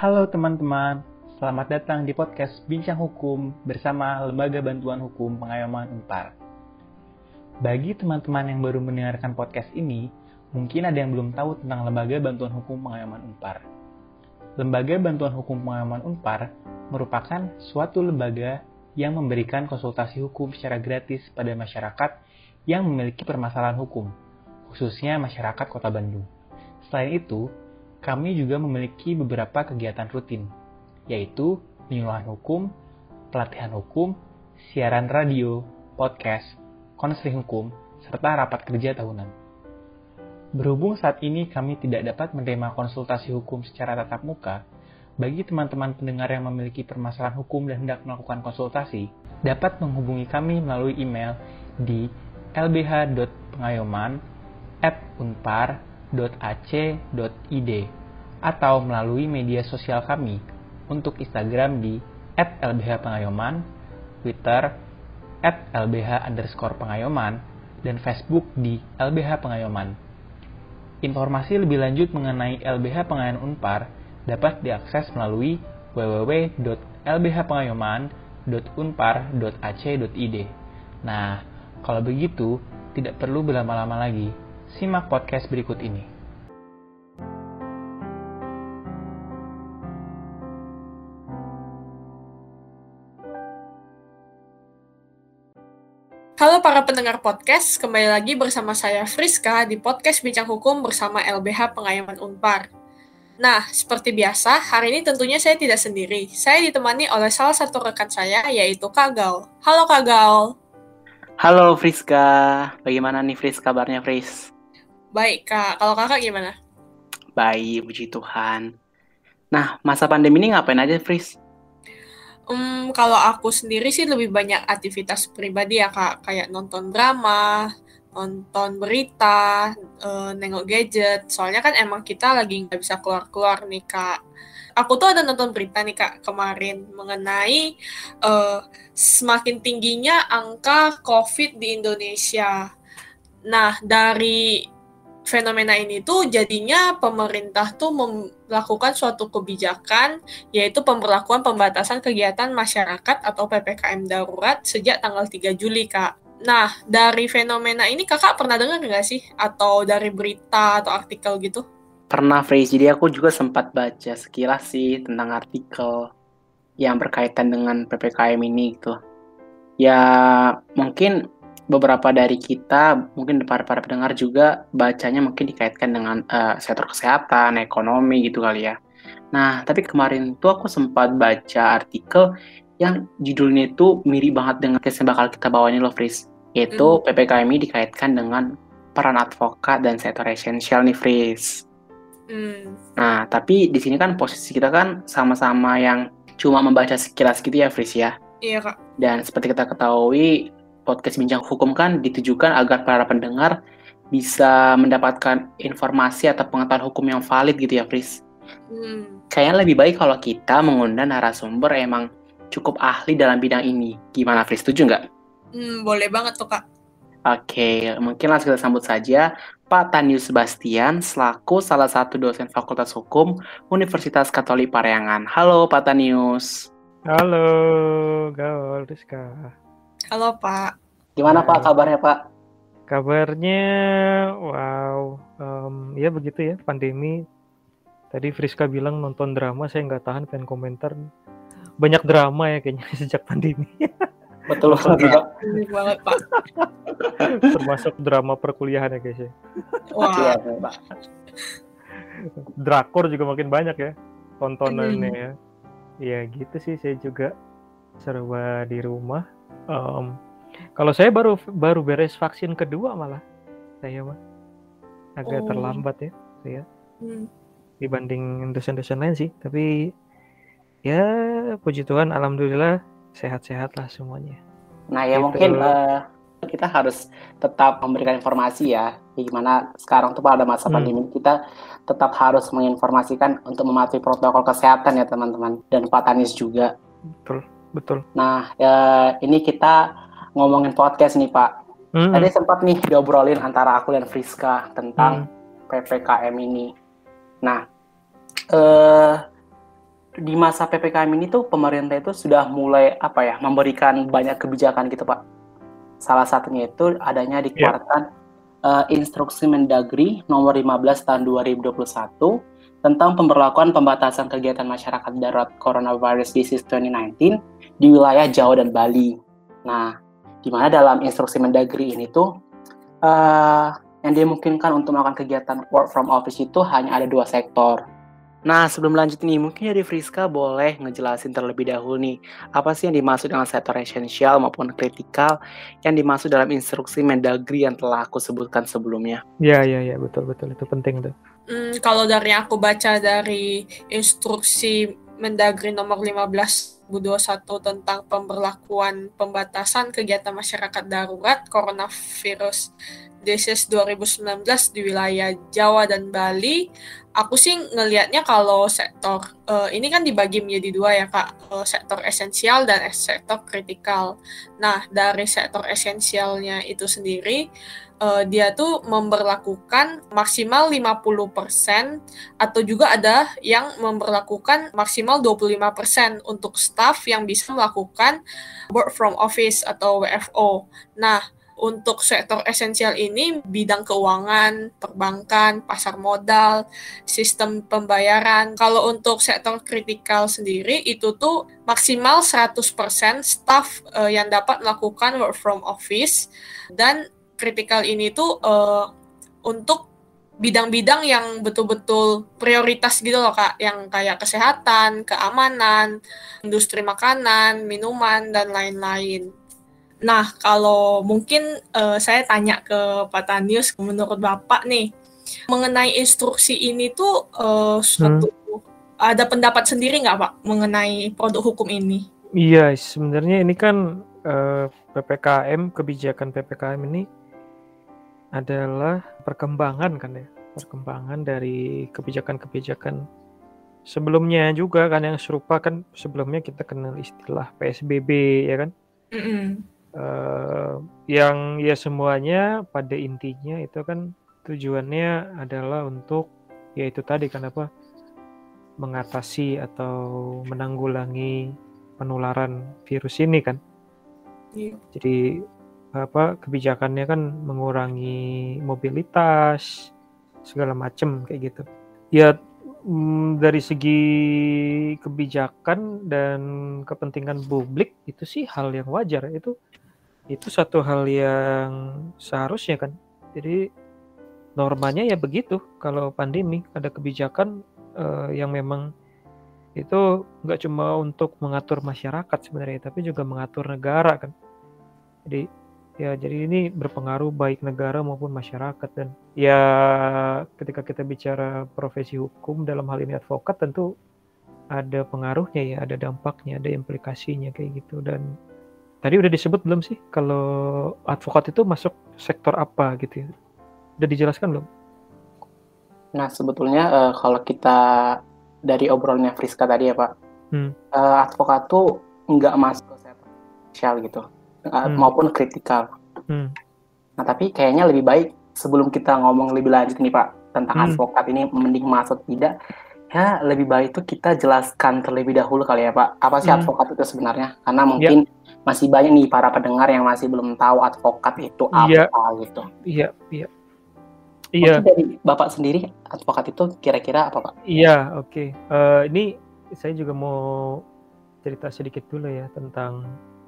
Halo teman-teman, selamat datang di podcast Bincang Hukum bersama Lembaga Bantuan Hukum Pengayoman Unpar. Bagi teman-teman yang baru mendengarkan podcast ini, mungkin ada yang belum tahu tentang Lembaga Bantuan Hukum Pengayoman Unpar. Lembaga Bantuan Hukum Pengayoman Unpar merupakan suatu lembaga yang memberikan konsultasi hukum secara gratis pada masyarakat yang memiliki permasalahan hukum, khususnya masyarakat Kota Bandung. Selain itu, kami juga memiliki beberapa kegiatan rutin, yaitu penyuluhan hukum, pelatihan hukum, siaran radio, podcast, konseling hukum, serta rapat kerja tahunan. Berhubung saat ini kami tidak dapat menerima konsultasi hukum secara tatap muka, bagi teman-teman pendengar yang memiliki permasalahan hukum dan hendak melakukan konsultasi, dapat menghubungi kami melalui email di lbh.pengayoman@unpar.ac.id atau melalui media sosial kami untuk Instagram di @lbhpengayoman, Twitter @lbh_pengayoman, dan Facebook di LBH Pengayoman. Informasi lebih lanjut mengenai LBH Pengayoman Unpar dapat diakses melalui www.lbhpengayoman.unpar.ac.id. Nah, kalau begitu, tidak perlu berlama-lama lagi. Simak podcast berikut ini. Halo para pendengar podcast, kembali lagi bersama saya Friska di podcast Bincang Hukum bersama LBH Pengayoman Unpar. Nah, seperti biasa, hari ini tentunya saya tidak sendiri. Saya ditemani oleh salah satu rekan saya, yaitu Kak Gal. Halo Kak Gal. Halo Friska, bagaimana nih Fris kabarnya Fris? Baik Kak, kalau Kakak gimana? Baik, puji Tuhan. Nah, masa pandemi ini ngapain aja Fris? Kalau aku sendiri sih lebih banyak aktivitas pribadi ya Kak, kayak nonton drama, nonton berita, nengok gadget. Soalnya kan emang kita lagi nggak bisa keluar-keluar nih Kak. Aku tuh ada nonton berita nih Kak kemarin mengenai semakin tingginya angka COVID di Indonesia. Nah, dari fenomena ini tuh jadinya pemerintah tuh melakukan suatu kebijakan, yaitu pemberlakuan pembatasan kegiatan masyarakat atau PPKM darurat sejak tanggal 3 Juli, Kak. Nah, dari fenomena ini Kakak pernah dengar nggak sih? Atau dari berita atau artikel gitu? Pernah Fris, jadi aku juga sempat baca sekilas sih tentang artikel yang berkaitan dengan PPKM ini gitu. Ya, mungkin beberapa dari kita, mungkin para pendengar juga bacanya mungkin dikaitkan dengan sektor kesehatan, ekonomi gitu kali ya. Nah, tapi kemarin tuh aku sempat baca artikel yang judulnya itu mirip banget dengan case yang bakal kita bawa ini loh, Fris. Yaitu PPKM ini dikaitkan dengan peran advokat dan sektor esensial nih, Fris. Nah, tapi di sini kan posisi kita kan sama-sama yang cuma membaca sekilas gitu ya, Fris ya. Iya, Kak. Dan seperti kita ketahui, podcast Bincang Hukum kan ditujukan agar para pendengar bisa mendapatkan informasi atau pengetahuan hukum yang valid gitu ya, Fris. Kayaknya lebih baik kalau kita mengundang narasumber emang cukup ahli dalam bidang ini. Gimana, Fris? Setuju nggak? Boleh banget tuh, Kak. Oke, mungkin langsung kita sambut saja Pak Tanius Sebastian selaku salah satu dosen Fakultas Hukum Universitas Katolik Parahyangan. Halo Pak Tanius. Halo, Gaul, Rizka. Halo, Pak. Gimana Pak kabarnya, Pak? Kabarnya, wow, ya begitu ya, pandemi. Tadi Friska bilang nonton drama, saya nggak tahan, pengen komentar. Banyak drama ya kayaknya sejak pandemi. Betul banget, Pak. Termasuk drama perkuliahan ya guys ya. Wah. Pak. Drakor juga makin banyak ya tontonannya ya. Ya gitu sih, saya juga serba di rumah. Kalau saya baru beres vaksin kedua malah saya mah agak terlambat ya saya dibanding dosen-dosen lain sih, tapi ya puji Tuhan alhamdulillah sehat-sehat lah semuanya. Nah ya gitu. Mungkin kita harus tetap memberikan informasi ya, gimana sekarang tuh pada masa pandemi kita tetap harus menginformasikan untuk mematuhi protokol kesehatan ya teman-teman, dan Pak Tanis juga. Betul. Nah ini kita ngomongin podcast nih Pak. Tadi sempat nih diobrolin antara aku dan Friska tentang PPKM ini. Nah di masa PPKM ini tuh pemerintah itu sudah mulai memberikan banyak kebijakan gitu Pak. Salah satunya itu adanya dikeluarkan Instruksi Mendagri nomor 15 tahun 2021 tentang pemberlakuan pembatasan kegiatan masyarakat darurat Coronavirus Disease 2019 di wilayah Jawa dan Bali. Nah, di mana dalam Instruksi Mendagri ini tuh yang dimungkinkan untuk melakukan kegiatan work from office itu hanya ada 2 sektor. Nah, sebelum lanjut nih, mungkin dari Friska boleh ngejelasin terlebih dahulu nih, apa sih yang dimaksud dengan sektor esensial maupun kritikal yang dimaksud dalam instruksi Mendagri yang telah aku sebutkan sebelumnya? Ya, betul itu penting tuh. Kalau dari aku baca dari instruksi Mendagri nomor 15 2021 tentang pemberlakuan pembatasan kegiatan masyarakat darurat coronavirus disease 2019 di wilayah Jawa dan Bali, aku sih ngelihatnya kalau sektor ini kan dibagi menjadi 2 ya Kak, sektor esensial dan sektor kritikal. Nah, dari sektor esensialnya itu sendiri, dia tuh memberlakukan maksimal 50% atau juga ada yang memberlakukan maksimal 25% untuk staff yang bisa melakukan work from office atau WFO. Nah, untuk sektor esensial ini bidang keuangan, perbankan, pasar modal, sistem pembayaran. Kalau untuk sektor kritikal sendiri itu tuh maksimal 100% staff yang dapat melakukan work from office, dan kritikal ini tuh untuk bidang-bidang yang betul-betul prioritas gitu loh Kak, yang kayak kesehatan, keamanan, industri makanan, minuman, dan lain-lain. Nah, kalau mungkin saya tanya ke Pak Tanius, menurut Bapak nih, mengenai instruksi ini tuh ada pendapat sendiri nggak Pak mengenai produk hukum ini? Iya, sebenarnya ini kan PPKM, kebijakan PPKM ini adalah perkembangan kan ya, perkembangan dari kebijakan-kebijakan sebelumnya juga kan yang serupa kan. Sebelumnya kita kenal istilah PSBB ya kan. Yang ya semuanya pada intinya itu kan tujuannya adalah untuk ya itu tadi kan mengatasi atau menanggulangi penularan virus ini kan. Jadi kebijakannya kan mengurangi mobilitas segala macam kayak gitu. Ya dari segi kebijakan dan kepentingan publik itu sih hal yang wajar, itu satu hal yang seharusnya kan. Jadi normanya ya begitu. Kalau pandemi ada kebijakan yang memang itu nggak cuma untuk mengatur masyarakat sebenarnya, tapi juga mengatur negara kan. Jadi ini berpengaruh baik negara maupun masyarakat. Dan ya ketika kita bicara profesi hukum, dalam hal ini advokat, tentu ada pengaruhnya ya, ada dampaknya, ada implikasinya kayak gitu. Dan tadi udah disebut belum sih kalau advokat itu masuk sektor apa gitu ya? Udah dijelaskan belum? Nah, sebetulnya kalau kita dari obrolannya Friska tadi ya Pak, advokat tuh nggak masuk ke sektor esensial gitu, maupun kritikal. Nah, tapi kayaknya lebih baik sebelum kita ngomong lebih lanjut nih Pak tentang advokat ini mending masuk tidak, ya lebih baik itu kita jelaskan terlebih dahulu kali ya Pak, apa sih advokat itu sebenarnya, karena mungkin masih banyak nih para pendengar yang masih belum tahu advokat itu apa gitu. Iya. Mungkin dari Bapak sendiri, advokat itu kira-kira apa Pak? Iya, oke. Ini saya juga mau cerita sedikit dulu ya tentang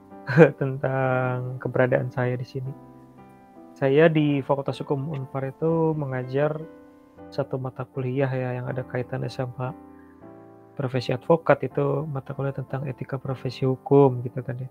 keberadaan saya di sini. Saya di Fakultas Hukum Unpar itu mengajar satu mata kuliah ya yang ada kaitannya sama profesi advokat, itu mata kuliah tentang etika profesi hukum gitu kan ya.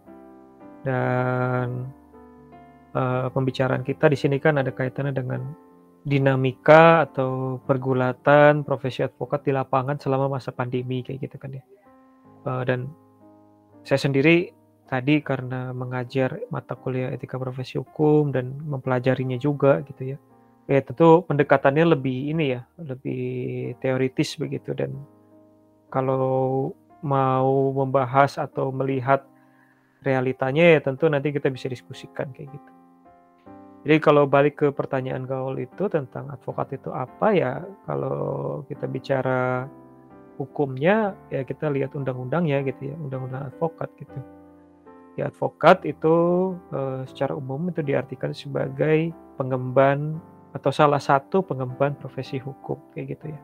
Dan pembicaraan kita di sini kan ada kaitannya dengan dinamika atau pergulatan profesi advokat di lapangan selama masa pandemi kayak gitu kan ya. Dan saya sendiri tadi karena mengajar mata kuliah etika profesi hukum dan mempelajarinya juga gitu ya. Ya tentu pendekatannya lebih lebih teoritis begitu. Dan kalau mau membahas atau melihat realitanya ya tentu nanti kita bisa diskusikan kayak gitu. Jadi kalau balik ke pertanyaan Gaul itu tentang advokat itu apa ya, kalau kita bicara hukumnya ya kita lihat undang-undangnya gitu ya, undang-undang advokat gitu. Ya, advokat itu secara umum itu diartikan sebagai pengemban atau salah satu pengemban profesi hukum kayak gitu ya.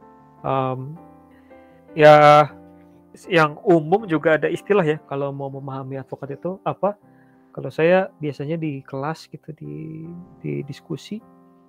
Ya yang umum juga ada istilah ya kalau mau memahami advokat itu apa. Kalau saya biasanya di kelas gitu di diskusi,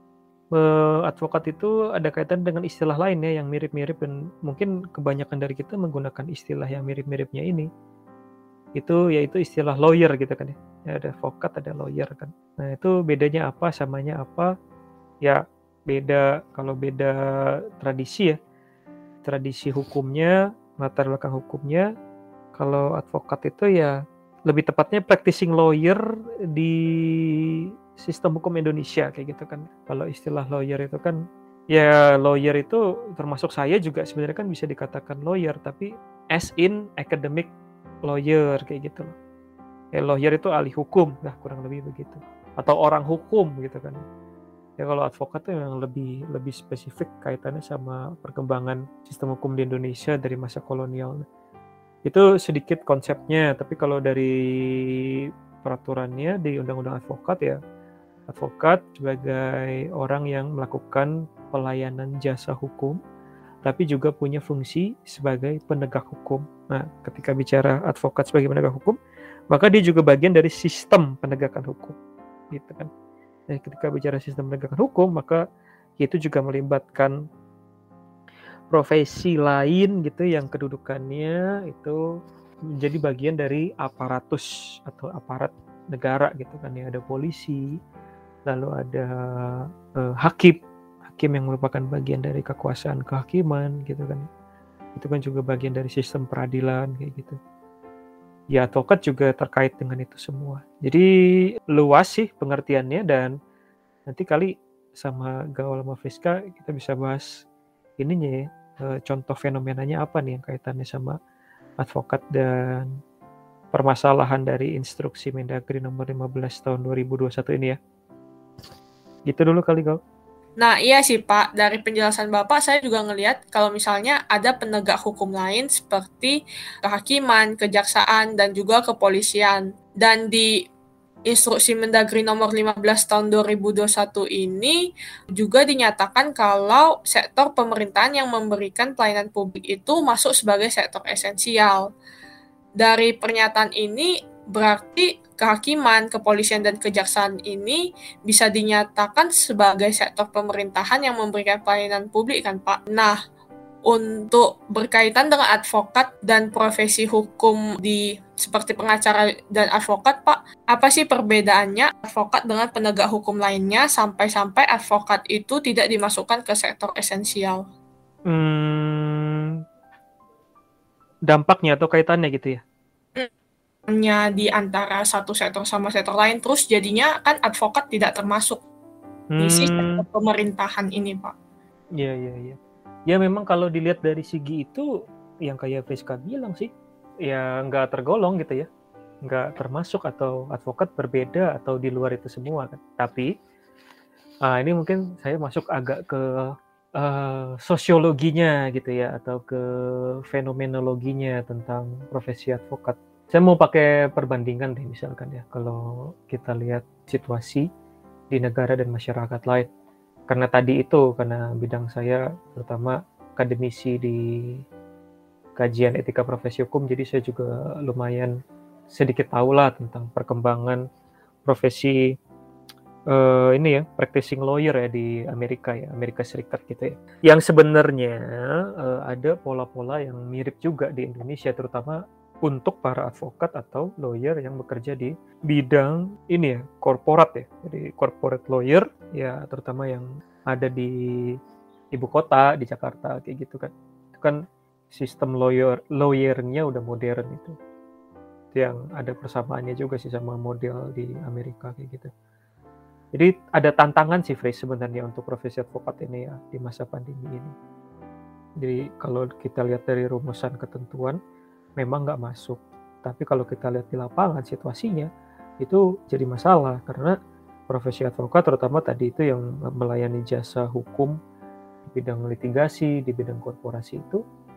advokat itu ada kaitan dengan istilah lain ya yang mirip-mirip, dan mungkin kebanyakan dari kita menggunakan istilah yang mirip-miripnya ini. Itu yaitu istilah lawyer gitu kan ya. Ya ada advokat, ada lawyer kan. Nah, itu bedanya apa, samanya apa? Ya beda, kalau beda tradisi ya. Tradisi hukumnya, latar belakang hukumnya. Kalau advokat itu ya lebih tepatnya practicing lawyer di sistem hukum Indonesia kayak gitu kan. Kalau istilah lawyer itu kan ya lawyer itu termasuk saya juga sebenarnya kan bisa dikatakan lawyer, tapi as in academic lawyer kayak gitu loh. Ya lawyer itu ahli hukum, nah kurang lebih begitu. Atau orang hukum gitu kan. Ya kalau advokat itu yang lebih spesifik kaitannya sama perkembangan sistem hukum di Indonesia dari masa kolonial. Itu sedikit konsepnya, tapi kalau dari peraturannya di Undang-Undang Advokat ya, advokat sebagai orang yang melakukan pelayanan jasa hukum, tapi juga punya fungsi sebagai penegak hukum. Nah, ketika bicara advokat sebagai penegak hukum, maka dia juga bagian dari sistem penegakan hukum, gitu kan. Nah, ketika bicara sistem penegakan hukum, maka itu juga melibatkan profesi lain gitu yang kedudukannya itu menjadi bagian dari aparatus atau aparat negara gitu kan ya. Ada polisi, lalu ada hakim yang merupakan bagian dari kekuasaan kehakiman gitu kan. Itu kan juga bagian dari sistem peradilan kayak gitu. Ya advokat juga terkait dengan itu semua. Jadi luas sih pengertiannya, dan nanti kali sama Gaul sama Friska kita bisa bahas ininya ya, contoh fenomenanya apa nih yang kaitannya sama advokat dan permasalahan dari instruksi Mendagri nomor 15 tahun 2021 ini ya. Gitu dulu kali Gaul. Nah, iya sih Pak, dari penjelasan Bapak saya juga ngelihat kalau misalnya ada penegak hukum lain seperti kehakiman, kejaksaan, dan juga kepolisian. Dan di Instruksi Mendagri nomor 15 tahun 2021 ini juga dinyatakan kalau sektor pemerintahan yang memberikan pelayanan publik itu masuk sebagai sektor esensial. Dari pernyataan ini berarti kehakiman, kepolisian, dan kejaksaan ini bisa dinyatakan sebagai sektor pemerintahan yang memberikan pelayanan publik kan Pak. Nah, untuk berkaitan dengan advokat dan profesi hukum di seperti pengacara dan advokat Pak, apa sih perbedaannya advokat dengan penegak hukum lainnya sampai-sampai advokat itu tidak dimasukkan ke sektor esensial? Dampaknya atau kaitannya gitu ya? Di antara satu sektor sama sektor lain, terus jadinya kan advokat tidak termasuk di sektor pemerintahan ini Pak. Iya. Ya memang kalau dilihat dari segi itu yang kayak Friska bilang sih, ya nggak tergolong gitu ya, nggak termasuk, atau advokat berbeda atau di luar itu semua kan. Tapi ini mungkin saya masuk agak ke sosiologinya gitu ya, atau ke fenomenologinya tentang profesi advokat. Saya mau pakai perbandingan deh misalkan ya, kalau kita lihat situasi di negara dan masyarakat lain. Karena tadi itu, karena bidang saya terutama akademisi di kajian etika profesi hukum, jadi saya juga lumayan sedikit tahu lah tentang perkembangan profesi ini ya, practicing lawyer ya di Amerika ya, Amerika Serikat gitu ya. Yang sebenarnya ada pola-pola yang mirip juga di Indonesia, terutama untuk para advokat atau lawyer yang bekerja di bidang ini ya, korporat ya. Jadi corporate lawyer ya, terutama yang ada di ibu kota, di Jakarta kayak gitu kan. Itu kan sistem lawyernya udah modern itu. Itu yang ada persamaannya juga sih sama model di Amerika kayak gitu. Jadi ada tantangan sih Fris sebenarnya untuk profesi advokat ini ya di masa pandemi ini. Jadi kalau kita lihat dari rumusan ketentuan memang nggak masuk. Tapi kalau kita lihat di lapangan situasinya itu jadi masalah, karena profesi advokat terutama tadi itu yang melayani jasa hukum di bidang litigasi, di bidang korporasi itu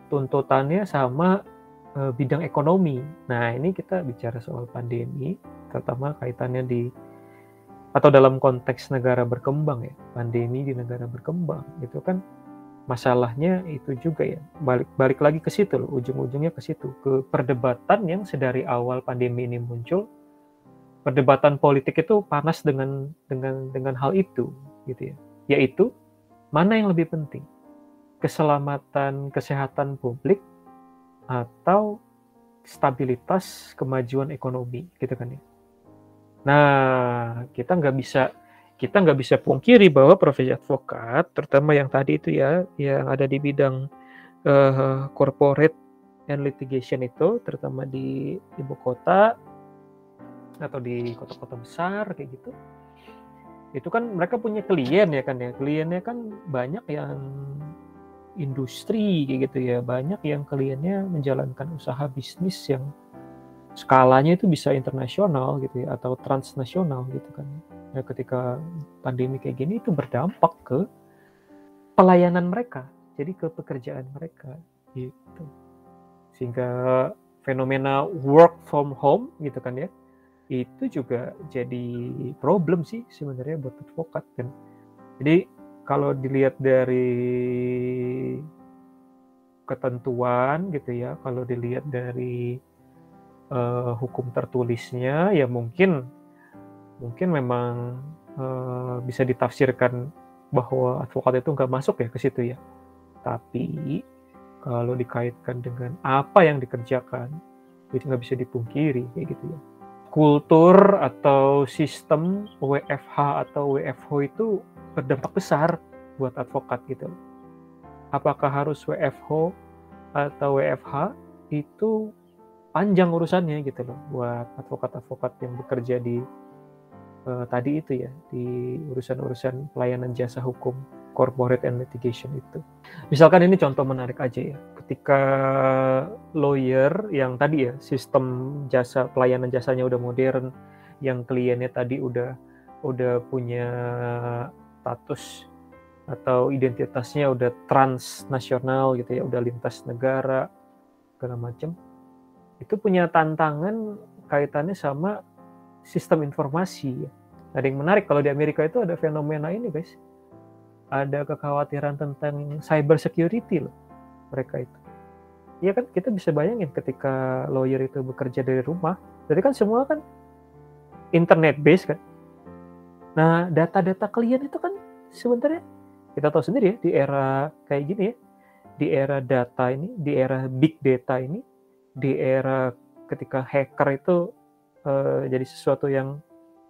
tuntutannya sama bidang ekonomi. Nah, ini kita bicara soal pandemi, terutama kaitannya atau dalam konteks negara berkembang ya, pandemi di negara berkembang, itu kan masalahnya itu juga ya, balik lagi ke situ loh, ujung-ujungnya ke situ, ke perdebatan yang sedari awal pandemi ini muncul, perdebatan politik itu panas dengan hal itu, gitu ya, yaitu mana yang lebih penting, keselamatan kesehatan publik atau stabilitas kemajuan ekonomi, gitu kan ya. Nah, kita nggak bisa pungkiri bahwa profesi advokat, terutama yang tadi itu ya, yang ada di bidang corporate and litigation itu, terutama di ibu kota atau di kota-kota besar kayak gitu, itu kan mereka punya klien ya kan ya, kliennya kan banyak yang industri kayak gitu ya, banyak yang kliennya menjalankan usaha bisnis yang skalanya itu bisa internasional gitu ya, atau transnasional gitu kan. Nah, ketika pandemi kayak gini itu berdampak ke pelayanan mereka, jadi ke pekerjaan mereka gitu. Sehingga fenomena work from home gitu kan ya, itu juga jadi problem sih sebenarnya buat advokat kan. Jadi kalau dilihat dari ketentuan gitu ya, kalau dilihat dari hukum tertulisnya ya mungkin memang bisa ditafsirkan bahwa advokat itu nggak masuk ya ke situ ya. Tapi kalau dikaitkan dengan apa yang dikerjakan itu nggak bisa dipungkiri kayak gitu ya. Kultur atau sistem WFH atau WFH itu berdampak besar buat advokat gitu. Apakah harus WFH atau WFH itu panjang urusannya gitu loh buat advokat-advokat yang bekerja di tadi itu ya, di urusan-urusan pelayanan jasa hukum corporate and litigation itu. Misalkan ini contoh menarik aja ya, ketika lawyer yang tadi ya, sistem jasa pelayanan jasanya udah modern, yang kliennya tadi udah punya status atau identitasnya udah transnasional gitu ya, udah lintas negara segala macam, itu punya tantangan kaitannya sama sistem informasi. Ada yang menarik kalau di Amerika itu ada fenomena ini guys, ada kekhawatiran tentang cyber security loh mereka itu. Iya kan, kita bisa bayangin ketika lawyer itu bekerja dari rumah, jadi kan semua kan internet based kan. Nah, data-data klien itu kan sebenarnya kita tahu sendiri ya, di era kayak gini ya, di era data ini, di era big data ini, di era ketika hacker itu jadi sesuatu yang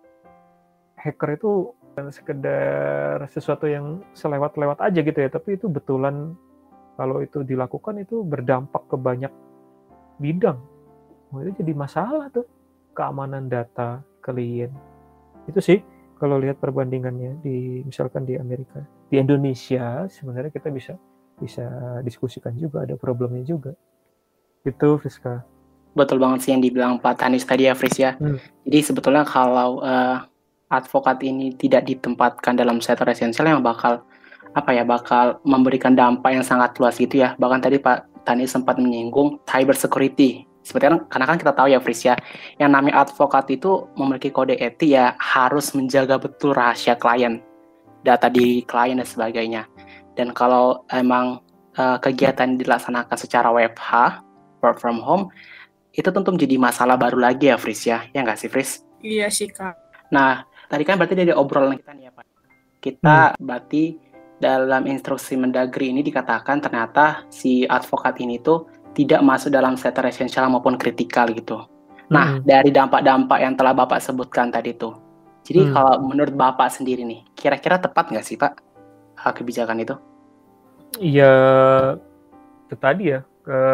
hacker itu bukan sekedar sesuatu yang selewat-lewat aja gitu ya, tapi itu betulan kalau itu dilakukan itu berdampak ke banyak bidang. Itu jadi masalah tuh keamanan data klien. Itu sih kalau lihat perbandingannya misalkan di Amerika. Di Indonesia sebenarnya kita bisa diskusikan juga, ada problemnya juga. Itu Friska. Betul banget sih yang dibilang Pak Tanis tadi ya, Fris ya. Jadi sebetulnya kalau advokat ini tidak ditempatkan dalam sektor esensial yang bakal memberikan dampak yang sangat luas gitu ya. Bahkan tadi Pak Tanis sempat menyinggung cyber security. Sebenarnya karena kan kita tahu ya, Fris ya, yang namanya advokat itu memiliki kode etik ya, harus menjaga betul rahasia klien, data di klien dan sebagainya. Dan kalau emang kegiatan dilaksanakan secara WFH, work from home, itu tentu menjadi masalah baru lagi ya, Fris ya. Ya nggak sih, Fris? Iya sih, Kak. Nah, tadi kan berarti dari obrolan kita nih ya, Pak. Kita berarti dalam instruksi Mendagri ini dikatakan ternyata si advokat ini tuh tidak masuk dalam sektor esensial maupun kritikal gitu. Nah, dari dampak-dampak yang telah Bapak sebutkan tadi tuh. Jadi kalau menurut Bapak sendiri nih, kira-kira tepat nggak sih, Pak, kebijakan itu? Ya, itu tadi ya.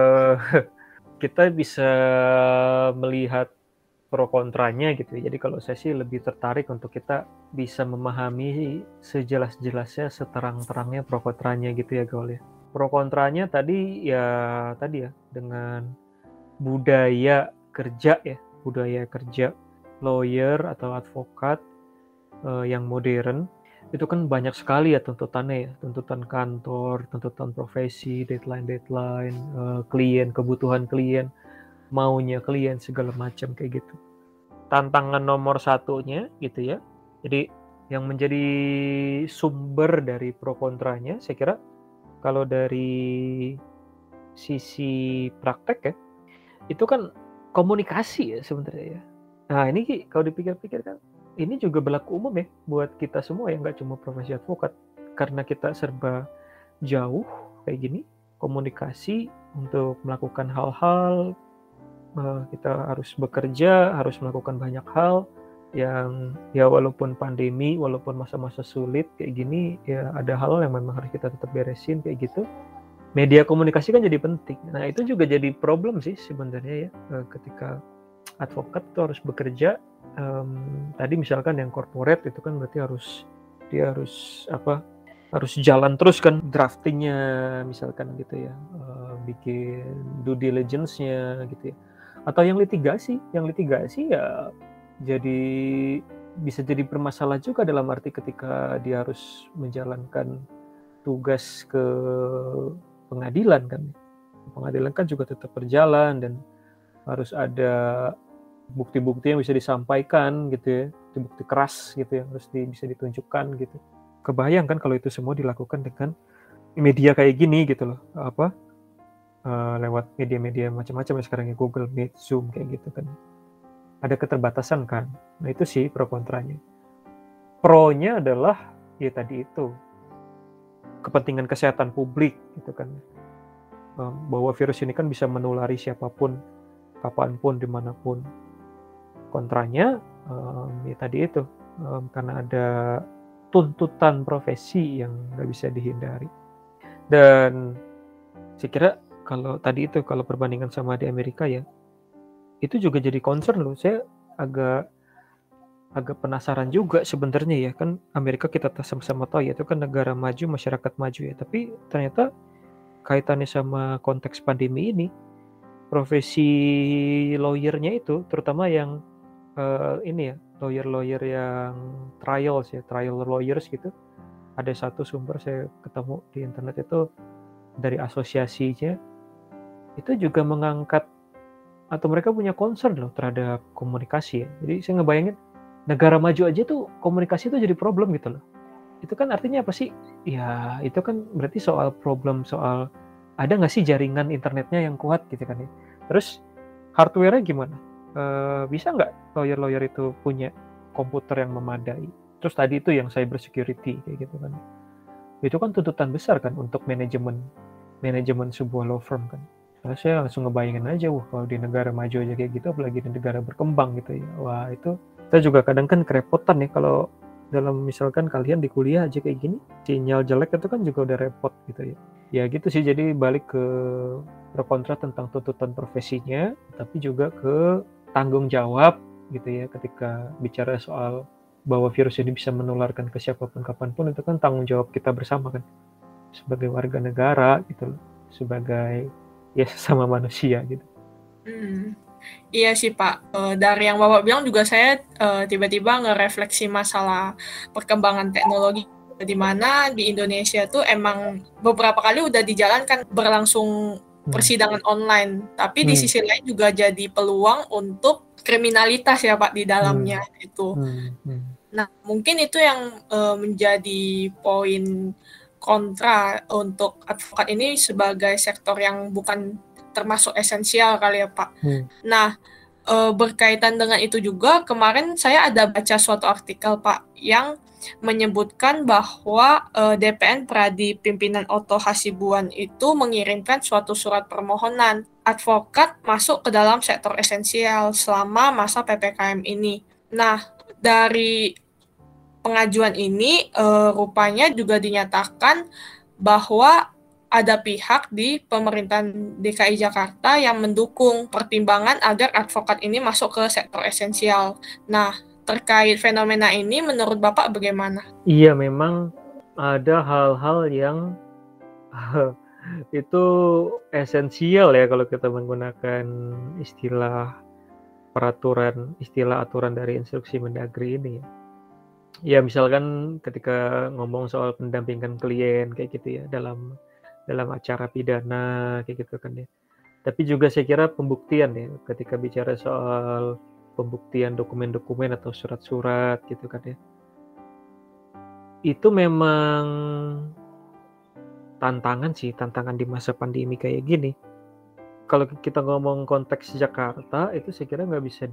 Kita bisa melihat pro kontranya gitu. Jadi kalau saya sih lebih tertarik untuk kita bisa memahami sejelas-jelasnya, seterang-terangnya pro kontranya gitu ya Gaul ya. Pro kontranya tadi ya dengan budaya kerja lawyer atau advokat yang modern itu kan banyak sekali ya tuntutannya ya, tuntutan kantor, tuntutan profesi, deadline, klien, kebutuhan klien, maunya klien, segala macam kayak gitu. Tantangan nomor satunya gitu ya, jadi yang menjadi sumber dari pro kontranya, saya kira kalau dari sisi praktek ya, itu kan komunikasi ya sebenarnya ya. Nah ini Ki, kalau dipikir-pikir kan, ini juga berlaku umum ya buat kita semua ya, nggak cuma profesi advokat. Karena kita serba jauh kayak gini, komunikasi untuk melakukan hal-hal, kita harus bekerja, harus melakukan banyak hal yang ya walaupun pandemi, walaupun masa-masa sulit kayak gini, ya ada hal yang memang harus kita tetap beresin kayak gitu. Media komunikasi kan jadi penting. Nah itu juga jadi problem sih sebenarnya ya, ketika advokat itu harus bekerja. Tadi misalkan yang corporate itu kan berarti dia harus jalan terus kan, draftingnya misalkan gitu ya, bikin due diligence-nya gitu ya. Atau yang litigasi ya jadi bisa jadi bermasalah juga dalam arti ketika dia harus menjalankan tugas ke pengadilan kan. Pengadilan kan juga tetap berjalan dan harus ada bukti-bukti yang bisa disampaikan gitu ya, bukti keras gitu ya, harus bisa ditunjukkan gitu. Kebayang kan kalau itu semua dilakukan dengan media kayak gini gitu loh, lewat media-media macam-macam ya sekarang ya, Google Meet, Zoom kayak gitu kan. Ada keterbatasan kan. Nah itu sih pro kontranya. Pro-nya adalah ya tadi itu, kepentingan kesehatan publik gitu kan. Bahwa virus ini kan bisa menulari siapapun, kapanpun, dimanapun. Kontranya ya tadi itu, karena ada tuntutan profesi yang nggak bisa dihindari. Dan saya kira kalau tadi itu, kalau perbandingan sama di Amerika ya, itu juga jadi concern loh. Saya agak penasaran juga sebenarnya ya, kan Amerika kita sama-sama tahu ya, itu kan negara maju, masyarakat maju ya, tapi ternyata kaitannya sama konteks pandemi ini, profesi lawyernya itu, terutama yang ini ya, lawyer yang trial lawyers gitu. Ada satu sumber saya ketemu di internet itu dari asosiasinya, itu juga mengangkat atau mereka punya concern loh terhadap komunikasi ya. Jadi saya ngebayangin negara maju aja tuh komunikasi itu jadi problem gitu loh. Itu kan artinya apa sih? Ya itu kan berarti soal ada nggak sih jaringan internetnya yang kuat gitu kan ya. Terus hardware-nya gimana? Bisa nggak lawyer itu punya komputer yang memadai? Terus tadi itu yang cyber security kayak gitu kan. Itu kan tuntutan besar kan untuk manajemen sebuah law firm kan. Karena saya langsung ngebayangin aja, kalau di negara maju aja kayak gitu, apalagi di negara berkembang gitu ya. Wah itu, kita juga kadang kan kerepotan ya kalau dalam misalkan kalian di kuliah aja kayak gini, sinyal jelek itu kan juga udah repot gitu ya. Ya gitu sih, jadi balik ke pro kontra tentang tuntutan profesinya, tapi juga ke tanggung jawab gitu ya, ketika bicara soal bahwa virus ini bisa menularkan ke siapapun kapanpun, itu kan tanggung jawab kita bersama kan, sebagai warga negara gitu loh, sebagai ya sesama manusia gitu. Iya sih Pak, dari yang Bapak bilang juga saya tiba-tiba ngerefleksi masalah perkembangan teknologi, di mana di Indonesia tuh emang beberapa kali udah dijalankan berlangsung persidangan online, tapi di sisi lain juga jadi peluang untuk kriminalitas ya Pak di dalamnya itu. Nah mungkin itu yang menjadi poin kontra untuk advokat ini sebagai sektor yang bukan termasuk esensial kali ya Pak. Nah berkaitan dengan itu juga, kemarin saya ada baca suatu artikel Pak yang menyebutkan bahwa DPN Pradi pimpinan Oto Hasibuan itu mengirimkan suatu surat permohonan advokat masuk ke dalam sektor esensial selama masa PPKM ini. Nah, dari pengajuan ini rupanya juga dinyatakan bahwa ada pihak di pemerintahan DKI Jakarta yang mendukung pertimbangan agar advokat ini masuk ke sektor esensial. Nah, terkait fenomena ini menurut Bapak bagaimana? Iya, memang ada hal-hal yang itu esensial ya kalau kita menggunakan istilah aturan dari instruksi Mendagri ini ya. Ya misalkan ketika ngomong soal pendampingan klien kayak gitu ya dalam acara pidana kayak gitu kan ya. Tapi juga saya kira pembuktian ya ketika bicara soal pembuktian dokumen-dokumen atau surat-surat gitu kan ya. Itu memang tantangan di masa pandemi kayak gini. Kalau kita ngomong konteks Jakarta itu saya kira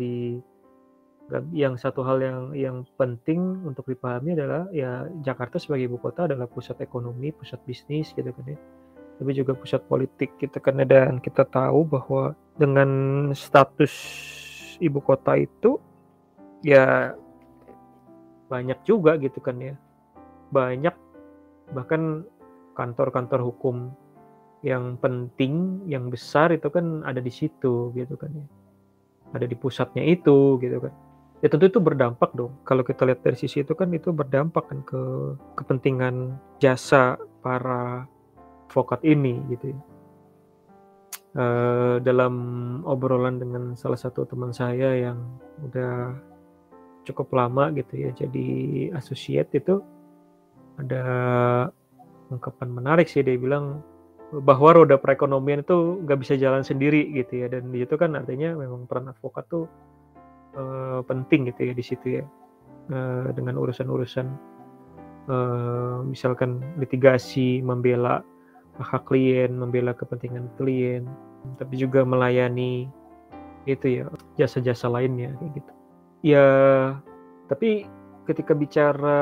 yang satu hal yang penting untuk dipahami adalah ya Jakarta sebagai ibu kota adalah pusat ekonomi, pusat bisnis gitu kan ya. Tapi juga pusat politik gitu kan ya. Dan kita tahu bahwa dengan status ibu kota itu ya banyak juga gitu kan ya. Banyak bahkan kantor-kantor hukum yang penting, yang besar itu kan ada di situ gitu kan ya. Ada di pusatnya itu gitu kan. Ya tentu itu berdampak dong. Kalau kita lihat dari sisi itu kan itu berdampak kan ke kepentingan jasa para advokat ini gitu ya. Dalam obrolan dengan salah satu teman saya yang udah cukup lama gitu ya jadi associate itu ada ungkapan menarik sih, dia bilang bahwa roda perekonomian itu nggak bisa jalan sendiri gitu ya, dan itu kan artinya memang peran advokat tuh penting gitu ya di situ ya, dengan urusan-urusan misalkan litigasi, membela hak klien, membela kepentingan klien, tapi juga melayani itu ya jasa-jasa lainnya kayak gitu. Ya, tapi ketika bicara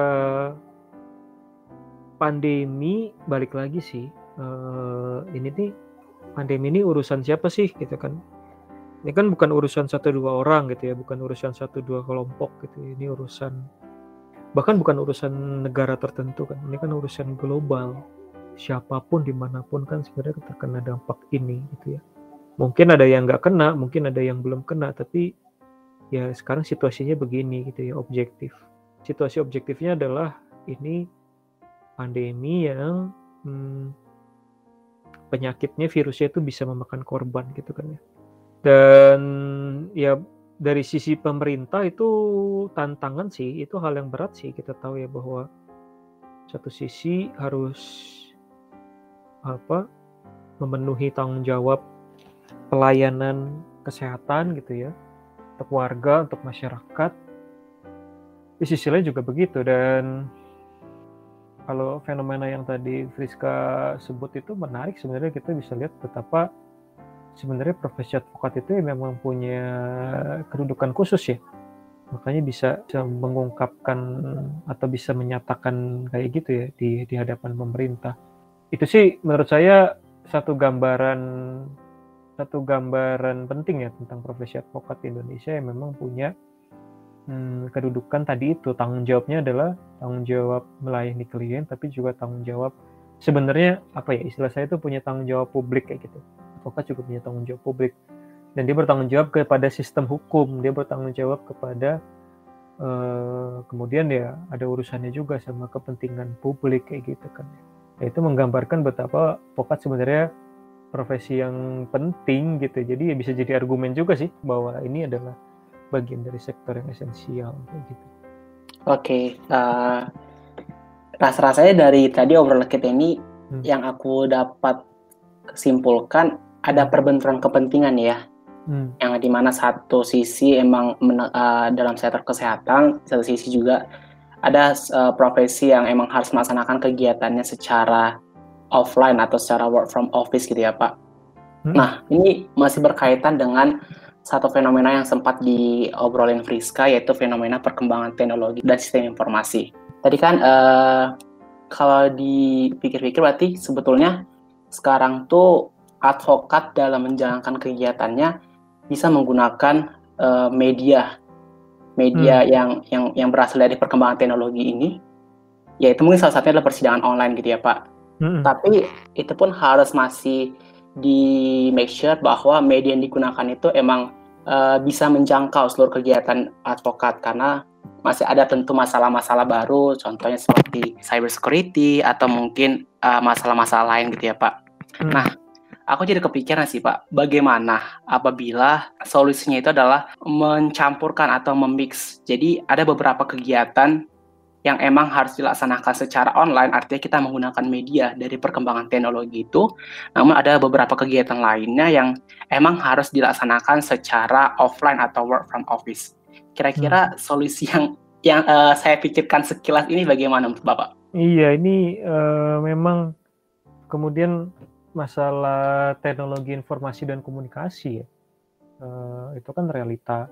pandemi balik lagi sih, ini nih pandemi ini urusan siapa sih gitu kan? Ini kan bukan urusan 1-2 orang gitu ya, bukan urusan 1-2 kelompok gitu ya. Ini urusan, bahkan bukan urusan negara tertentu kan. Ini kan urusan global. Siapapun dimanapun kan sebenarnya terkena dampak ini gitu ya. Mungkin ada yang nggak kena, mungkin ada yang belum kena, tapi ya sekarang situasinya begini gitu ya, objektif. Situasi objektifnya adalah ini pandemi yang penyakitnya, virusnya itu bisa memakan korban gitu kan ya. Dan ya dari sisi pemerintah itu tantangan sih, itu hal yang berat sih. Kita tahu ya bahwa satu sisi harus memenuhi tanggung jawab pelayanan kesehatan gitu ya, untuk warga, untuk masyarakat. Di sisi lain juga begitu. Dan kalau fenomena yang tadi Friska sebut itu menarik, sebenarnya kita bisa lihat betapa sebenarnya profesi advokat itu memang punya kedudukan khusus ya, makanya bisa mengungkapkan atau bisa menyatakan kayak gitu ya di hadapan pemerintah. Itu sih menurut saya satu gambaran penting ya tentang profesi advokat di Indonesia yang memang punya kedudukan tadi itu. Tanggung jawabnya adalah tanggung jawab melayani klien, tapi juga tanggung jawab sebenarnya istilah saya itu punya tanggung jawab publik kayak gitu. Advokat juga punya tanggung jawab publik, dan dia bertanggung jawab kepada sistem hukum, dia bertanggung jawab kepada kemudian ya ada urusannya juga sama kepentingan publik kayak gitu kan. Ya, itu menggambarkan betapa advokat sebenarnya profesi yang penting gitu. Jadi ya bisa jadi argumen juga sih bahwa ini adalah bagian dari sektor yang esensial kayak gitu. Oke, rasa-rasanya dari tadi obrolan kita ini yang aku dapat kesimpulkan ada perbenturan kepentingan ya, yang dimana satu sisi emang dalam sektor kesehatan, satu sisi juga ada profesi yang emang harus melaksanakan kegiatannya secara offline atau secara work from office gitu ya Pak. Nah ini masih berkaitan dengan satu fenomena yang sempat diobrolin Friska, yaitu fenomena perkembangan teknologi dan sistem informasi. Tadi kan kalau dipikir-pikir berarti sebetulnya sekarang tuh advokat dalam menjalankan kegiatannya bisa menggunakan media yang berasal dari perkembangan teknologi ini, yaitu mungkin salah satunya adalah persidangan online gitu ya Pak. Tapi itu pun harus masih di make sure bahwa media yang digunakan itu emang bisa menjangkau seluruh kegiatan advokat, karena masih ada tentu masalah-masalah baru, contohnya seperti cyber security atau mungkin masalah-masalah lain gitu ya Pak. Nah, aku jadi kepikiran sih Pak, bagaimana apabila solusinya itu adalah mencampurkan atau memix. Jadi ada beberapa kegiatan yang emang harus dilaksanakan secara online, artinya kita menggunakan media dari perkembangan teknologi itu, namun ada beberapa kegiatan lainnya yang emang harus dilaksanakan secara offline atau work from office. Kira-kira solusi yang saya pikirkan sekilas ini bagaimana menurut Bapak? Iya, ini memang kemudian masalah teknologi informasi dan komunikasi ya. Itu kan realita,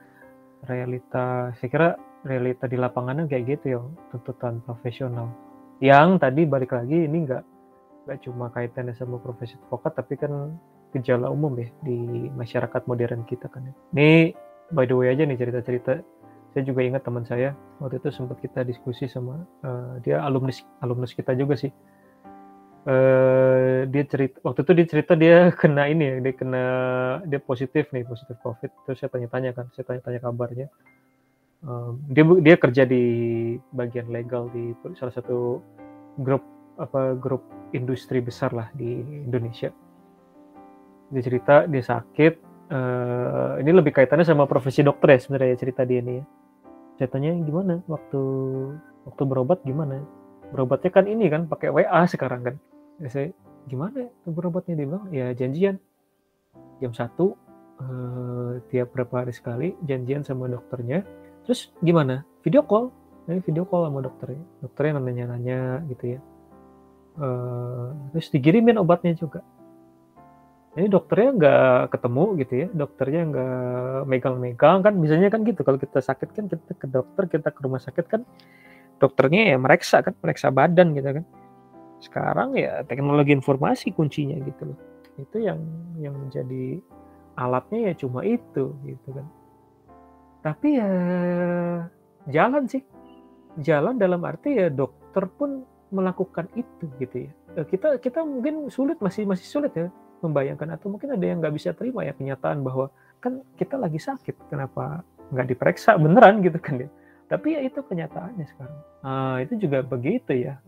saya kira realita di lapangannya kayak gitu ya, tuntutan profesional. Yang tadi balik lagi ini nggak cuma kaitannya sama profesi advokat, tapi kan gejala umum ya di masyarakat modern kita kan ya. Ini by the way aja nih cerita-cerita. Saya juga ingat teman saya waktu itu sempat kita diskusi sama dia alumnus kita juga sih. Dia cerita waktu itu dia kena ini ya, dia positif COVID. Terus saya tanya kabarnya. Dia kerja di bagian legal di salah satu grup industri besar lah di Indonesia. Dia cerita dia sakit. Ini lebih kaitannya sama profesi dokter ya sebenarnya cerita dia ini ya. Saya tanya gimana waktu berobat gimana? Berobatnya kan ini kan pakai WA sekarang kan. Ya, saya gimana berobatnya, dia bilang ya janjian jam 1 tiap berapa hari sekali janjian sama dokternya. Terus gimana? Video call sama dokternya nanya gitu ya. Terus digirimin obatnya juga. Ini dokternya nggak ketemu gitu ya, dokternya nggak megang-megang kan, biasanya kan gitu kalau kita sakit kan kita ke dokter, kita ke rumah sakit kan dokternya ya meriksa badan gitu kan. Sekarang ya teknologi informasi kuncinya gitu loh. Itu yang menjadi alatnya ya cuma itu gitu kan. Tapi ya jalan dalam arti ya dokter pun melakukan itu gitu ya. Kita mungkin masih sulit ya membayangkan, atau mungkin ada yang nggak bisa terima ya kenyataan bahwa kan kita lagi sakit, kenapa nggak diperiksa beneran gitu kan ya. Tapi ya itu kenyataannya sekarang. Itu juga begitu ya,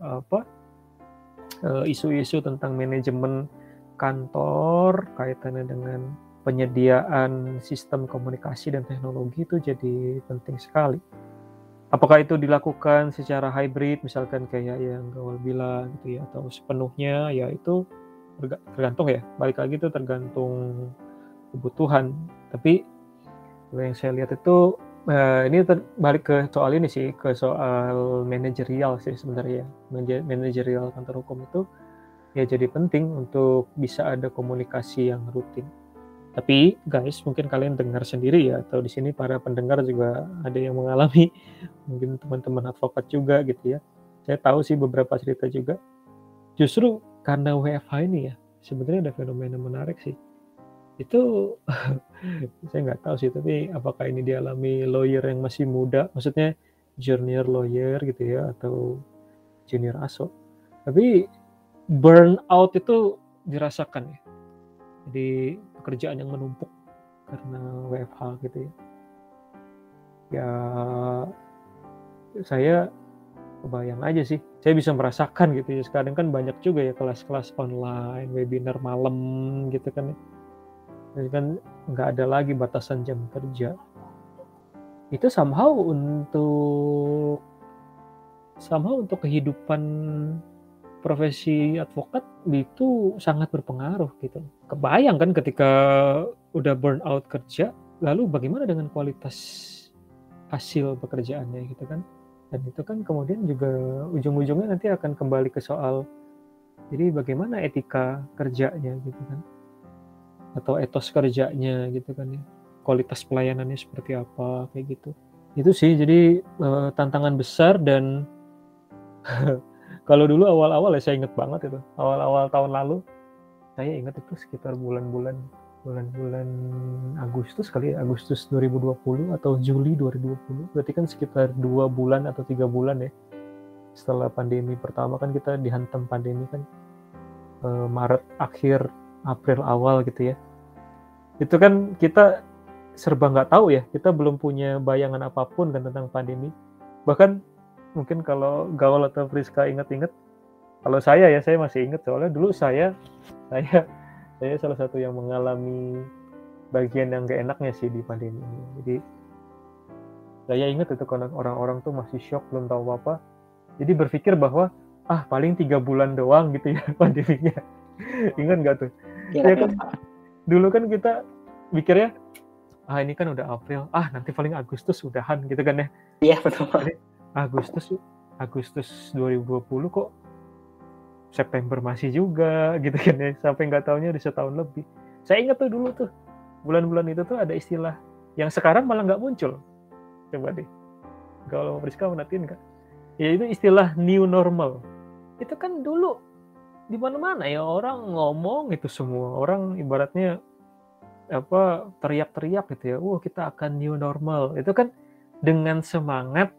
isu-isu tentang manajemen kantor kaitannya dengan penyediaan sistem komunikasi dan teknologi itu jadi penting sekali. Apakah itu dilakukan secara hybrid, misalkan kayak yang Gawal bilang gitu ya, atau sepenuhnya, ya itu tergantung ya, balik lagi itu tergantung kebutuhan. Tapi yang saya lihat itu ini balik ke soal ini sih, ke soal manajerial sih sebenarnya. Manajerial kantor hukum itu ya jadi penting untuk bisa ada komunikasi yang rutin. Tapi guys, mungkin kalian dengar sendiri ya, atau di sini para pendengar juga ada yang mengalami, mungkin teman-teman advokat juga gitu ya. Saya tahu sih beberapa cerita juga. Justru karena WFH ini ya, sebenarnya ada fenomena menarik sih. Itu saya nggak tahu sih, tapi apakah ini dialami lawyer yang masih muda, maksudnya junior lawyer gitu ya, atau junior ASO. Tapi burnout itu dirasakan ya. Jadi pekerjaan yang menumpuk karena WFH gitu ya. Ya saya kebayang aja sih. Saya bisa merasakan gitu ya. Sekarang kan banyak juga ya kelas-kelas online, webinar malam gitu kan ya. Jadi kan nggak ada lagi batasan jam kerja. Itu somehow untuk kehidupan profesi advokat itu sangat berpengaruh gitu. Kebayang kan ketika udah burn out kerja, lalu bagaimana dengan kualitas hasil pekerjaannya gitu kan. Dan itu kan kemudian juga ujung-ujungnya nanti akan kembali ke soal, jadi bagaimana etika kerjanya gitu kan, atau etos kerjanya gitu kan ya, kualitas pelayanannya seperti apa kayak gitu. Itu sih jadi tantangan besar. Dan kalau dulu awal-awal ya saya ingat banget itu, awal-awal tahun lalu saya ingat itu sekitar bulan-bulan Agustus kali ya, Agustus 2020 atau Juli 2020, berarti kan sekitar 2 bulan atau 3 bulan ya setelah pandemi pertama. Kan kita dihantam pandemi kan Maret akhir, April awal gitu ya. Itu kan kita serba nggak tahu ya, kita belum punya bayangan apapun kan tentang pandemi. Bahkan mungkin kalau Gawal atau Friska ingat-ingat, kalau saya masih ingat, soalnya dulu saya salah satu yang mengalami bagian yang gak enaknya sih di pandemi ini. Jadi Saya ingat itu kalau orang-orang tuh masih shock, belum tahu apa-apa. Jadi berpikir bahwa paling 3 bulan doang gitu ya pandeminya. Ingat nggak tuh? Iya Ya kan, dulu kan kita mikirnya ini kan udah April, nanti paling Agustus udahan gitu kan ya. Iya betul. Jadi Agustus 2020 kok September masih juga gitu kan ya, sampai nggak taunya udah setahun lebih. Saya ingat tuh dulu tuh bulan-bulan itu tuh ada istilah yang sekarang malah nggak muncul. Coba deh, kalau Priska menatiin kan, ya itu istilah new normal. Itu kan dulu di mana-mana ya orang ngomong itu, semua orang ibaratnya teriak-teriak gitu ya, kita akan new normal. Itu kan dengan semangat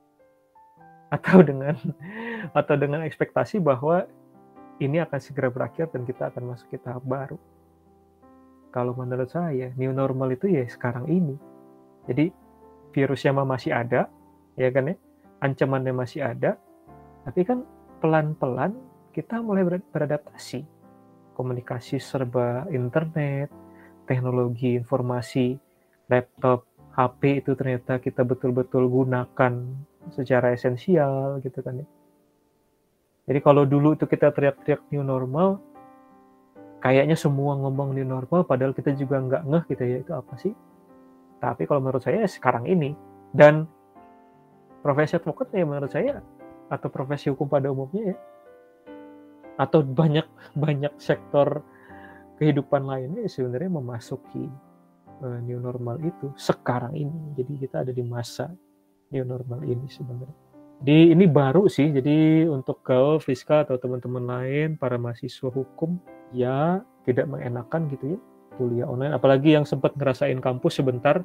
atau dengan ekspektasi bahwa ini akan segera berakhir dan kita akan masuk ke tahap baru. Kalau menurut saya new normal itu ya sekarang ini. Jadi virusnya masih ada, ya kan ya, ancamannya masih ada, tapi kan pelan-pelan kita mulai beradaptasi. Komunikasi serba internet, teknologi informasi, laptop, HP itu ternyata kita betul-betul gunakan secara esensial gitu kan ya. Jadi kalau dulu itu kita teriak-teriak new normal, kayaknya semua ngomong new normal, padahal kita juga nggak ngeh gitu ya, itu apa sih. Tapi kalau menurut saya sekarang ini, dan profesi advokat ya menurut saya, atau profesi hukum pada umumnya ya, atau banyak sektor kehidupan lainnya sebenarnya memasuki new normal itu sekarang ini. Jadi kita ada di masa new normal ini sebenarnya. Jadi ini baru sih, jadi untuk kau, Friska, atau teman-teman lain, para mahasiswa hukum, ya tidak mengenakan gitu ya, kuliah online. Apalagi yang sempat ngerasain kampus sebentar,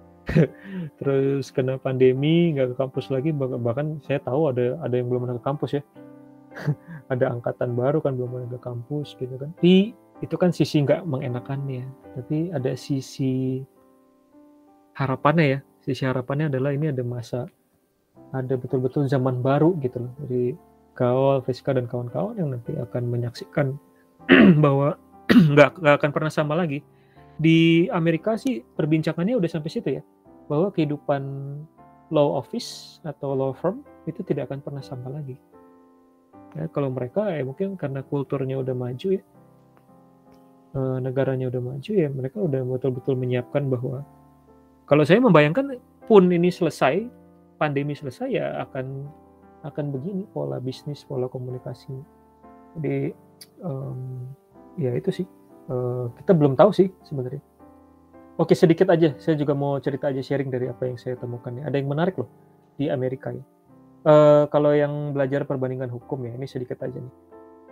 terus kena pandemi, nggak ke kampus lagi, bahkan saya tahu ada yang belum pernah ke kampus ya. Ada angkatan baru kan belum pernah ke kampus gitu kan. Tapi itu kan sisi nggak mengenakannya, tapi ada sisi harapannya ya. Sisi harapannya adalah ini ada betul-betul zaman baru gitu loh. Jadi kau, Friska, dan kawan-kawan yang nanti akan menyaksikan bahwa nggak akan pernah sama lagi. Di Amerika sih perbincangannya udah sampai situ ya, bahwa kehidupan law office atau law firm itu tidak akan pernah sama lagi. Ya, kalau mereka mungkin karena kulturnya udah maju ya, negaranya udah maju ya, mereka udah betul-betul menyiapkan bahwa kalau saya membayangkan pun ini selesai, pandemi selesai ya akan begini pola bisnis, pola komunikasi. Jadi ya itu sih, kita belum tahu sih sebenarnya. Oke, sedikit aja, saya juga mau cerita aja, sharing dari apa yang saya temukan ya. Ada yang menarik loh di Amerika ya. Kalau yang belajar perbandingan hukum ya, ini sedikit aja nih.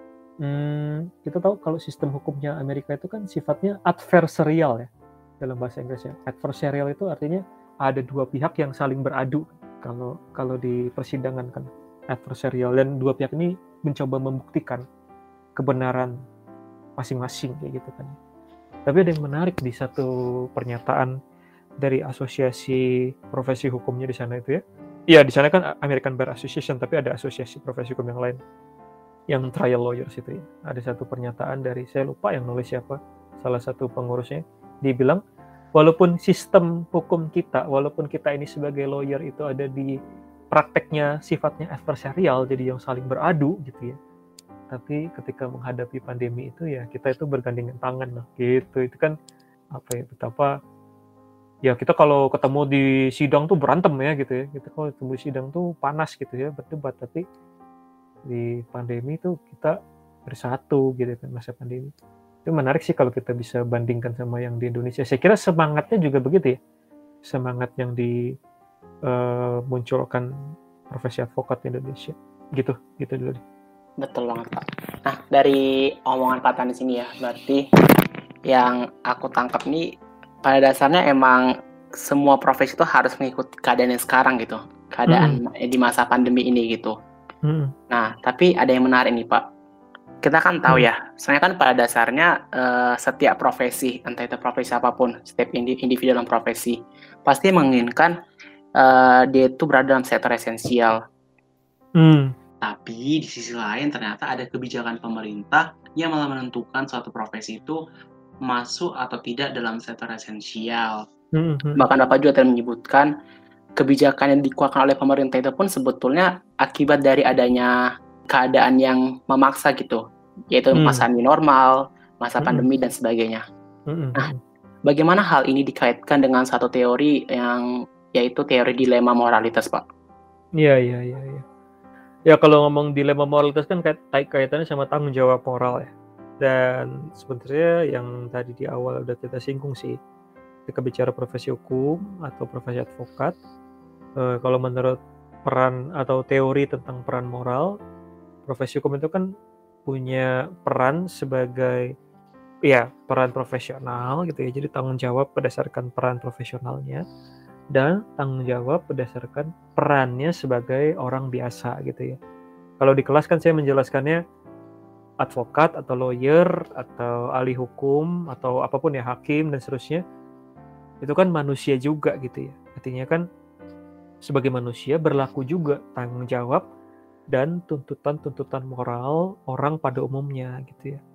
Kita tahu kalau sistem hukumnya Amerika itu kan sifatnya adversarial ya, dalam bahasa Inggrisnya. Adversarial itu artinya ada dua pihak yang saling beradu. Kalau di persidangan kan adversarial, dan dua pihak ini mencoba membuktikan kebenaran masing-masing kayak gitu kan. Tapi ada yang menarik di satu pernyataan dari asosiasi profesi hukumnya di sana itu ya. Iya, di sana kan American Bar Association, tapi ada asosiasi profesi hukum yang lain, yang trial lawyers itu ya. Ada satu pernyataan dari, saya lupa yang nulis siapa, salah satu pengurusnya, dia bilang walaupun sistem hukum kita, walaupun kita ini sebagai lawyer itu ada di prakteknya sifatnya adversarial, jadi yang saling beradu gitu ya, tapi ketika menghadapi pandemi itu ya kita itu bergandengan tangan lah gitu. Itu kan betapa ya, kita kalau ketemu di sidang tuh berantem ya gitu ya, kita kalau ketemu di sidang tuh panas gitu ya, berdebat, tapi di pandemi tuh kita bersatu gitu kan, masa pandemi. Itu menarik sih kalau kita bisa bandingkan sama yang di Indonesia. Saya kira semangatnya juga begitu ya, semangat yang dimunculkan profesi advokat di Indonesia gitu dulu deh. Betul banget Pak. Nah, dari omongan Pak Tan di sini ya, berarti yang aku tangkap nih pada dasarnya emang semua profesi itu harus mengikuti keadaan yang sekarang gitu, keadaan di masa pandemi ini gitu. Nah, tapi ada yang menarik nih Pak. Kita kan tahu ya, sebenarnya kan pada dasarnya setiap profesi, entah itu profesi apapun, setiap individu dalam profesi pasti menginginkan dia itu berada dalam sektor esensial. Tapi di sisi lain ternyata ada kebijakan pemerintah yang malah menentukan suatu profesi itu masuk atau tidak dalam sektor esensial. Bahkan Bapak juga telah menyebutkan kebijakan yang dikeluarkan oleh pemerintah itu pun sebetulnya akibat dari adanya keadaan yang memaksa gitu, yaitu masa new normal, masa pandemi dan sebagainya. Nah, bagaimana hal ini dikaitkan dengan satu teori yang yaitu teori dilema moralitas, Pak? Iya. Ya kalau ngomong dilema moralitas kan kaitannya sama tanggung jawab moral ya. Dan sebenarnya yang tadi di awal udah kita singgung sih, ketika bicara profesi hukum atau profesi advokat, kalau menurut peran atau teori tentang peran moral, profesi hukum itu kan punya peran sebagai peran profesional gitu ya. Jadi tanggung jawab berdasarkan peran profesionalnya dan tanggung jawab berdasarkan perannya sebagai orang biasa gitu ya. Kalau di kelas kan saya menjelaskannya advokat atau lawyer atau ahli hukum atau apapun ya, hakim dan seterusnya, itu kan manusia juga gitu ya. Artinya kan sebagai manusia berlaku juga tanggung jawab dan tuntutan moral orang pada umumnya gitu ya.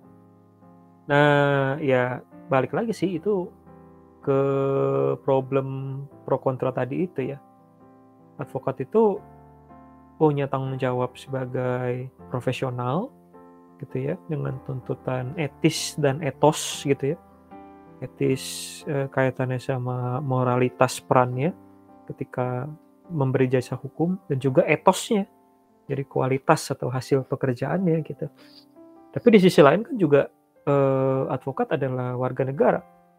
Nah ya balik lagi sih itu ke problem pro kontra tadi itu ya. Advokat itu punya tanggung jawab sebagai profesional gitu ya, dengan tuntutan etis dan etos gitu ya. Etis kaitannya sama moralitas perannya ketika memberi jasa hukum, dan juga etosnya jadi kualitas atau hasil pekerjaannya gitu. Tapi di sisi lain kan juga advokat adalah warga negara.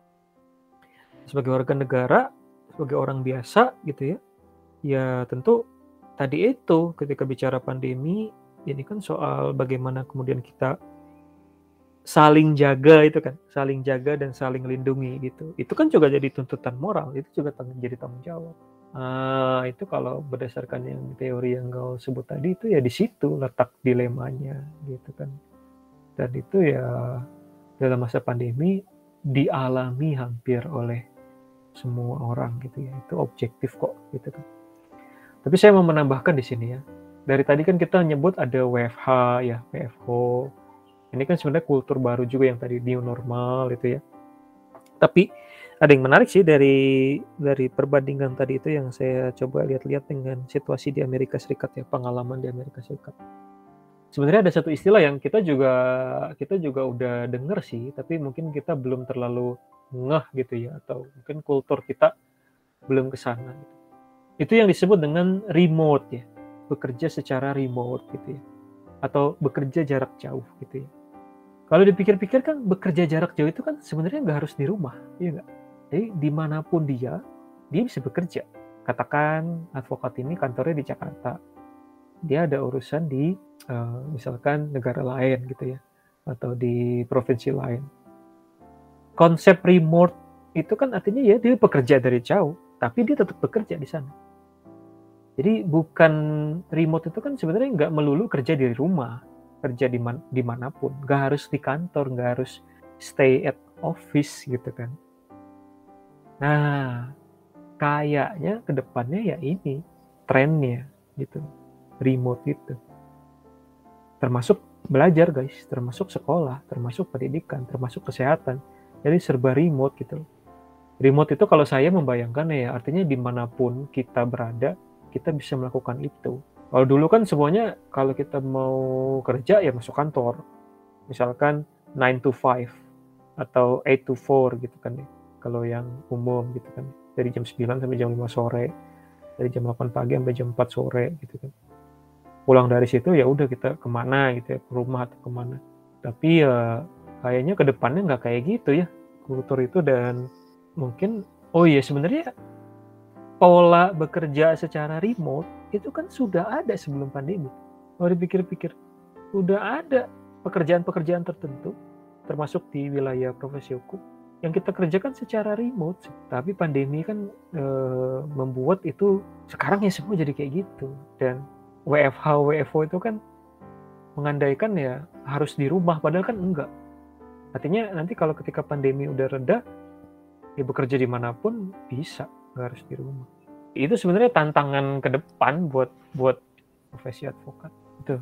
Sebagai warga negara, sebagai orang biasa gitu ya, ya tentu tadi itu ketika bicara pandemi, ini kan soal bagaimana kemudian kita saling jaga itu kan, saling jaga dan saling lindungi gitu. Itu kan juga jadi tuntutan moral, itu juga jadi tanggung jawab. Itu kalau berdasarkan yang teori yang kau sebut tadi itu ya di situ letak dilemanya gitu kan. Dan itu ya dalam masa pandemi dialami hampir oleh semua orang gitu ya. Itu objektif kok gitu kan. Tapi saya mau menambahkan di sini ya. Dari tadi kan kita nyebut ada WFH ya, WFH. Ini kan sebenarnya kultur baru juga yang tadi new normal itu ya. Tapi ada yang menarik sih dari perbandingan tadi itu yang saya coba lihat-lihat dengan situasi di Amerika Serikat ya, pengalaman di Amerika Serikat. Sebenarnya ada satu istilah yang kita juga udah dengar sih, tapi mungkin kita belum terlalu ngeh gitu ya, atau mungkin kultur kita belum ke sana gitu. Itu yang disebut dengan remote ya. Bekerja secara remote gitu ya, atau bekerja jarak jauh gitu ya. Kalau dipikir-pikir kan bekerja jarak jauh itu kan sebenarnya nggak harus di rumah, ya nggak? Jadi dimanapun dia bisa bekerja. Katakan advokat ini kantornya di Jakarta, dia ada urusan di misalkan negara lain gitu ya, atau di provinsi lain. Konsep remote itu kan artinya ya dia bekerja dari jauh, tapi dia tetap bekerja di sana. Jadi bukan remote itu kan sebenarnya nggak melulu kerja di rumah, kerja dimanapun, nggak harus di kantor, nggak harus stay at office gitu kan. Nah, kayaknya kedepannya ya ini trennya gitu, remote itu. Termasuk belajar guys, termasuk sekolah, termasuk pendidikan, termasuk kesehatan. Jadi serba remote gitu. Remote itu kalau saya membayangkan ya artinya dimanapun kita berada, kita bisa melakukan itu. Kalau dulu kan semuanya kalau kita mau kerja ya masuk kantor. Misalkan 9 to 5 atau 8 to 4 gitu kan ya. Kalau yang umum gitu kan. Dari jam 9 sampai jam 5 sore. Dari jam 8 pagi sampai jam 4 sore gitu kan. Pulang dari situ ya udah kita kemana gitu ya, ke rumah atau kemana. Tapi ya kayaknya ke depannya nggak kayak gitu ya kultur itu. Dan mungkin sebenarnya pola bekerja secara remote itu kan sudah ada sebelum pandemi. Kalau dipikir-pikir, sudah ada pekerjaan-pekerjaan tertentu, termasuk di wilayah profesi hukum, yang kita kerjakan secara remote. Tapi pandemi kan membuat itu sekarang ya semua jadi kayak gitu. Dan WFH, WFO itu kan mengandaikan ya harus di rumah, padahal kan enggak. Artinya nanti kalau ketika pandemi udah reda, ya bekerja dimanapun bisa, nggak harus di rumah. Itu sebenarnya tantangan ke depan buat profesi advokat itu.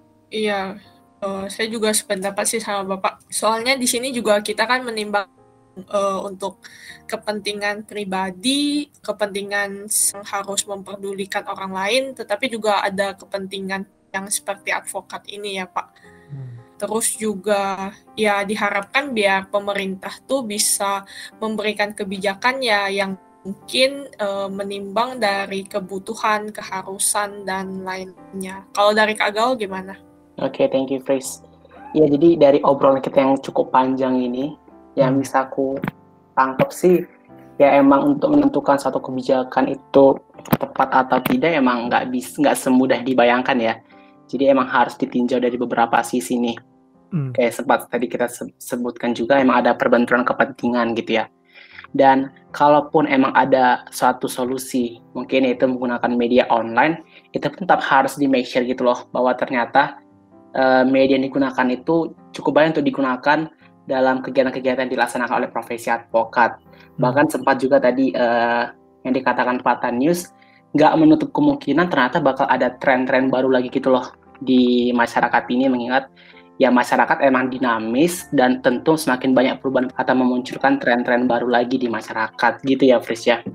Iya, saya juga sependapat sih sama Bapak. Soalnya di sini juga kita kan menimbang untuk kepentingan pribadi, kepentingan yang harus memperdulikan orang lain, tetapi juga ada kepentingan yang seperti advokat ini ya Pak. Terus juga ya diharapkan biar pemerintah tuh bisa memberikan kebijakan ya yang mungkin menimbang dari kebutuhan, keharusan, dan lainnya. Kalau dari Kak Gaul gimana? Oke, thank you, Fris. Ya, jadi dari obrolan kita yang cukup panjang ini, yang bisa aku tangkap sih, ya emang untuk menentukan satu kebijakan itu tepat atau tidak emang nggak semudah dibayangkan ya. Jadi emang harus ditinjau dari beberapa sisi nih. Kayak sempat tadi kita sebutkan juga emang ada perbenturan kepentingan gitu ya. Dan kalaupun emang ada suatu solusi, mungkin itu menggunakan media online, itu tetap harus di make sure gitu loh, bahwa ternyata media yang digunakan itu cukup banyak untuk digunakan dalam kegiatan-kegiatan yang dilaksanakan oleh profesi advokat. Bahkan sempat juga tadi yang dikatakan Pak Tanius, nggak menutup kemungkinan ternyata bakal ada tren-tren baru lagi gitu loh di masyarakat ini, mengingat ya masyarakat emang dinamis dan tentu semakin banyak perubahan atau memunculkan tren-tren baru lagi di masyarakat gitu ya Fris ya.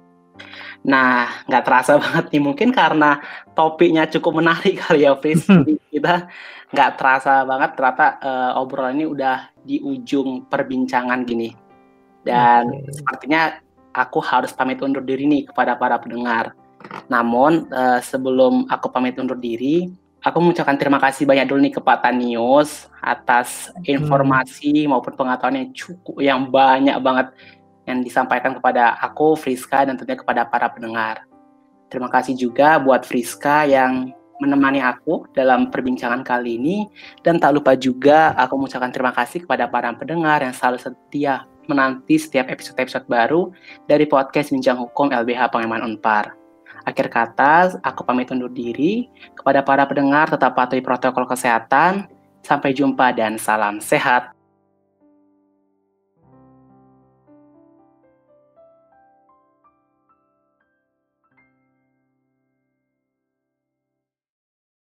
Nah, nggak terasa banget nih, mungkin karena topiknya cukup menarik kali ya Fris. Jadi kita nggak terasa banget ternyata obrolan ini udah di ujung perbincangan gini. Dan sepertinya aku harus pamit undur diri nih kepada para pendengar. Namun sebelum aku pamit undur diri, aku mengucapkan terima kasih banyak dulu nih ke Pak Tanius atas informasi maupun pengetahuan yang banyak banget yang disampaikan kepada aku, Friska, dan tentunya kepada para pendengar. Terima kasih juga buat Friska yang menemani aku dalam perbincangan kali ini, dan tak lupa juga aku mengucapkan terima kasih kepada para pendengar yang selalu setia menanti setiap episode-episode baru dari podcast Bincang Hukum LBH Pengayoman Unpar. Akhir kata, aku pamit undur diri. Kepada para pendengar, tetap patuhi protokol kesehatan. Sampai jumpa dan salam sehat.